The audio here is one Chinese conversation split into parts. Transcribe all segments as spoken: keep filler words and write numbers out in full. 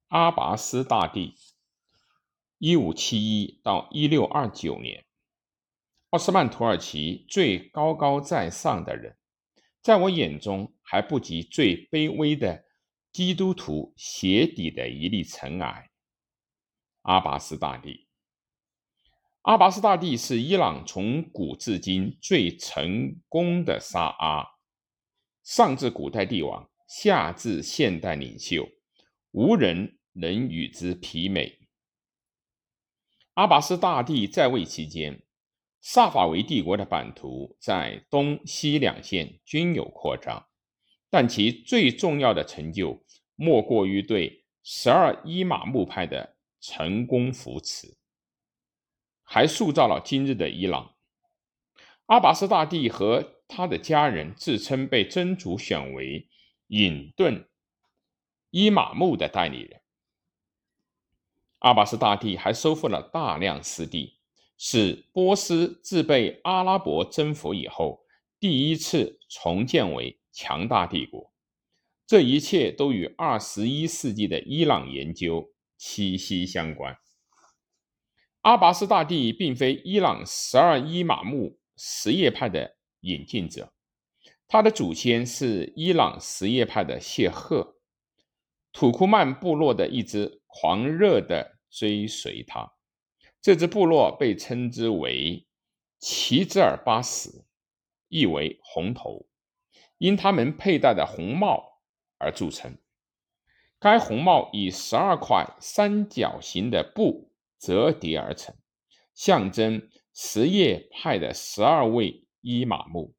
阿拔斯大帝一五七一到一六二九年，奥斯曼土耳其最高高在上的人，在我眼中还不及最卑微的基督徒鞋底的一粒尘埃。阿拔斯大帝阿拔斯大帝是伊朗从古至今最成功的沙阿，上至古代帝王，下至现代领袖，无人能与之媲美。阿拔斯大帝在位期间，萨法维帝国的版图在东西两线均有扩张，但其最重要的成就莫过于对十二伊玛目派的成功扶持，还塑造了今日的伊朗。阿拔斯大帝和他的家人自称被真主选为隐遁伊玛目的代理人。阿拔斯大帝还收复了大量失地，使波斯自被阿拉伯征服以后第一次重建为强大帝国。这一切都与二十一世纪的伊朗研究息息相关。阿拔斯大帝并非伊朗十二伊玛目什叶派的引进者，他的祖先是伊朗什叶派的谢赫，土库曼部落的一支狂热的追随他。这支部落被称之为齐兹尔巴什，意为红头，因他们佩戴的红帽而著称。该红帽以十二块三角形的布折叠而成，象征什叶派的十二位伊玛目。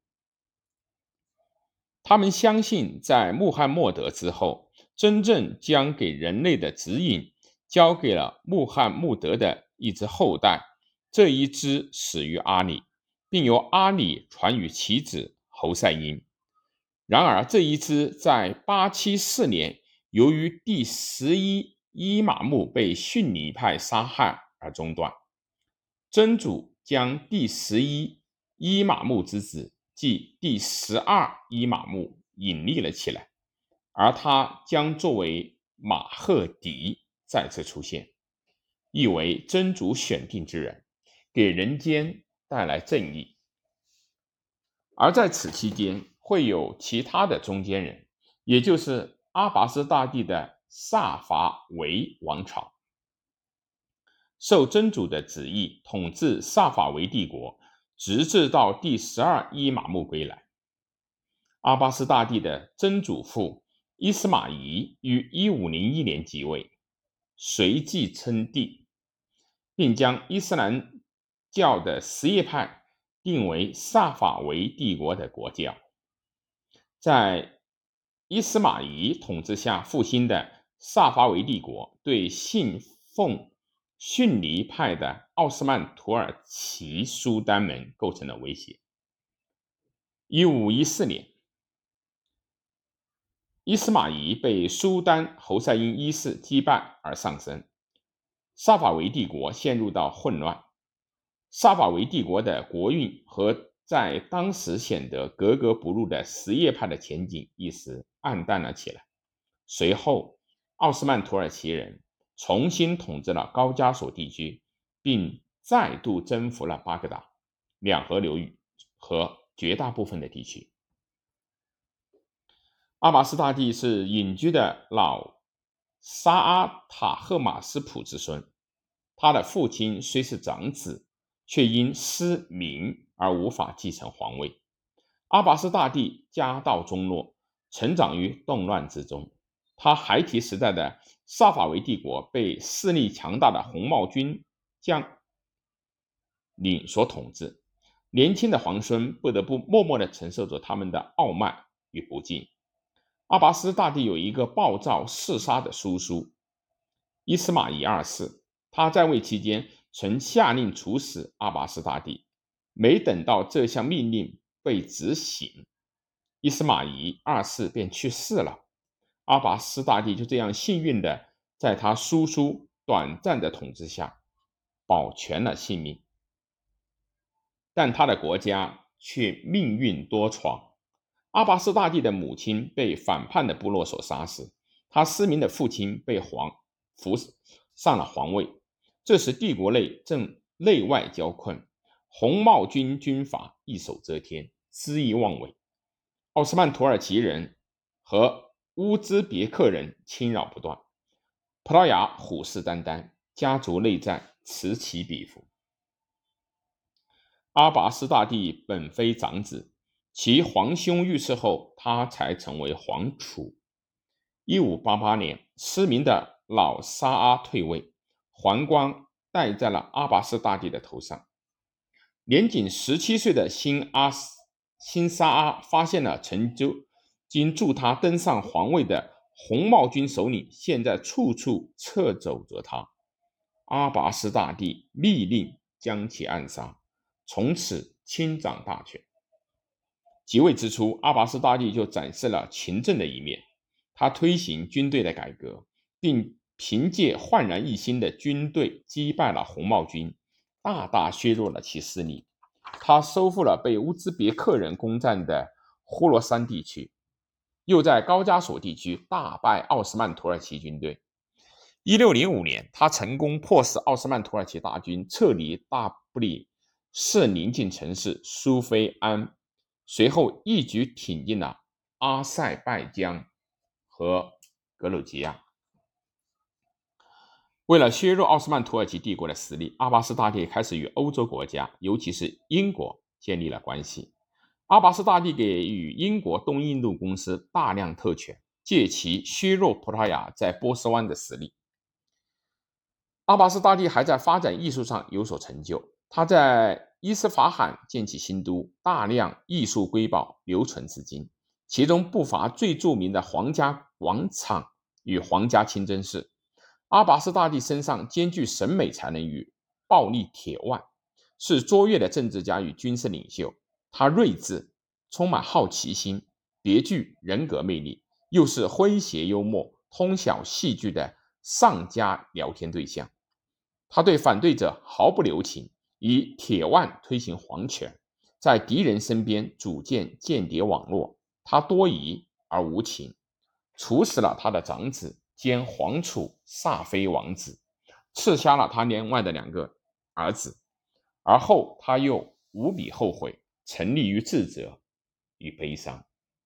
他们相信，在穆罕默德之后，真正将给人类的指引交给了穆罕默德的一支后代，这一支始于阿里，并由阿里传与其子侯赛因。然而这一支在八七四年由于第十一伊玛目被逊尼派杀害而中断，真主将第十一伊玛目之子，即第十二伊玛目隐匿了起来，而他将作为马赫迪再次出现，意为真主选定之人，给人间带来正义。而在此期间会有其他的中间人，也就是阿拔斯大帝的萨法维王朝，受真主的旨意统治萨法维帝国，直至到第十二伊玛目归来。阿拔斯大帝的曾祖父伊斯玛仪于一五零一年即位，随即称帝，并将伊斯兰教的什叶派定为萨法维帝国的国教。在伊斯玛仪统治下复兴的萨法维帝国，对信奉逊尼派的奥斯曼土耳其苏丹们构成了威胁。一五一四年，伊斯玛仪被苏丹侯赛因一世击败而丧生，萨法维帝国陷入到混乱。萨法维帝国的国运和在当时显得格格不入的什叶派的前景一时暗淡了起来。随后，奥斯曼土耳其人重新统治了高加索地区，并再度征服了巴格达、两河流域和绝大部分的地区。阿拔斯大帝是隐居的老沙阿塔赫马斯普之孙，他的父亲虽是长子，却因失明而无法继承皇位。阿拔斯大帝家道中落，成长于动乱之中。他孩提时代的萨法维帝国被势力强大的红帽军将领所统治，年轻的皇孙不得不默默地承受着他们的傲慢与不敬。阿拔斯大帝有一个暴躁嗜杀的叔叔伊斯玛仪二世，他在位期间曾下令处死阿拔斯大帝，没等到这项命令被执行，伊斯玛仪二世便去世了。阿拔斯大帝就这样幸运的在他叔叔短暂的统治下保全了性命，但他的国家却命运多舛。阿拔斯大帝的母亲被反叛的部落所杀死，他失明的父亲被皇扶上了皇位。这时帝国内正内外交困，红帽军军阀一手遮天，恣意妄为，奥斯曼土耳其人和乌兹别克人侵扰不断，葡萄牙虎视眈眈，家族内战此起彼伏。阿拔斯大帝本非长子，其皇兄遇刺后，他才成为皇储。一五八八年，失明的老沙阿退位，皇冠戴在了阿拔斯大帝的头上。年仅十七岁的新阿新沙阿发现了曾经助他登上皇位的红帽军首领现在处处掣肘着他。阿拔斯大帝密令将其暗杀，从此亲掌大权。即位之初，阿拔斯大帝就展示了勤政的一面。他推行军队的改革，并凭借焕然一新的军队击败了红帽军，大大削弱了其势力。他收复了被乌兹别克人攻占的呼罗珊地区，又在高加索地区大败奥斯曼土耳其军队。一六零五年，他成功迫使奥斯曼土耳其大军撤离大不里士邻近城市苏菲安，随后一举挺进了阿塞拜疆和格鲁吉亚。为了削弱奥斯曼土耳其帝国的实力，阿拔斯大帝开始与欧洲国家，尤其是英国建立了关系。阿拔斯大帝给予英国东印度公司大量特权，借其削弱葡萄牙在波斯湾的实力。阿拔斯大帝还在发展艺术上有所成就，他在伊斯法罕建起新都，大量艺术瑰宝留存至今，其中不乏最著名的皇家广场与皇家清真寺。阿拔斯大帝身上兼具审美才能与暴力铁腕，是卓越的政治家与军事领袖。他睿智，充满好奇心，别具人格魅力，又是诙谐幽默、通晓戏剧的上佳聊天对象。他对反对者毫不留情，以铁腕推行皇权，在敌人身边组建间谍网络。他多疑而无情，处死了他的长子兼皇储萨菲王子，刺杀了他另外的两个儿子，而后他又无比后悔，沉溺于自责与悲伤。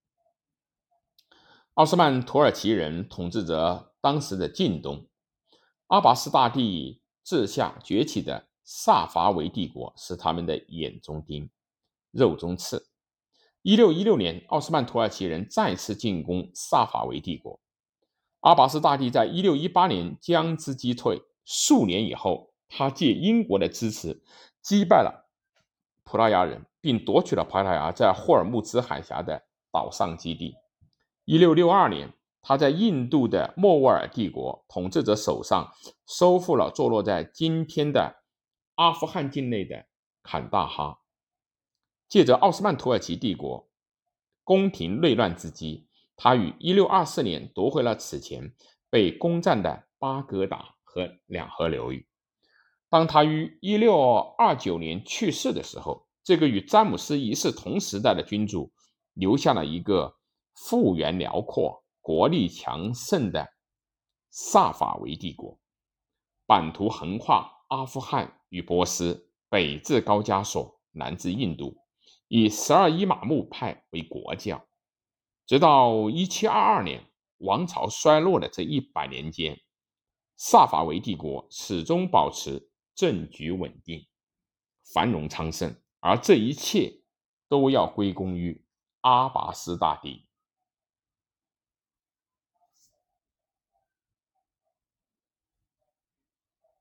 奥斯曼土耳其人统治着当时的近东，阿拔斯大帝治下崛起的萨法维帝国是他们的眼中钉、肉中刺。一六一六年，奥斯曼土耳其人再次进攻萨法维帝国，阿拔斯大帝在一六一八年将之击退。数年以后，他借英国的支持击败了葡萄牙人，并夺取了葡萄牙在霍尔木兹海峡的岛上基地。一六六二年，他在印度的莫卧儿帝国统治者手上收复了坐落在今天的阿富汗境内的坎大哈。借着奥斯曼土耳其帝国宫廷内乱之机，他于一六二四年夺回了此前被攻占的巴格达和两河流域。当他于一六二九年去世的时候，这个与詹姆斯一世同时代的君主留下了一个幅员辽阔、国力强盛的萨法维帝国，版图横跨阿富汗与波斯，北至高加索，南至印度，以十二伊玛目派为国教。直到一七二二年，王朝衰落的这一百年间，萨法维帝国始终保持政局稳定、繁荣昌盛，而这一切都要归功于阿拔斯大帝。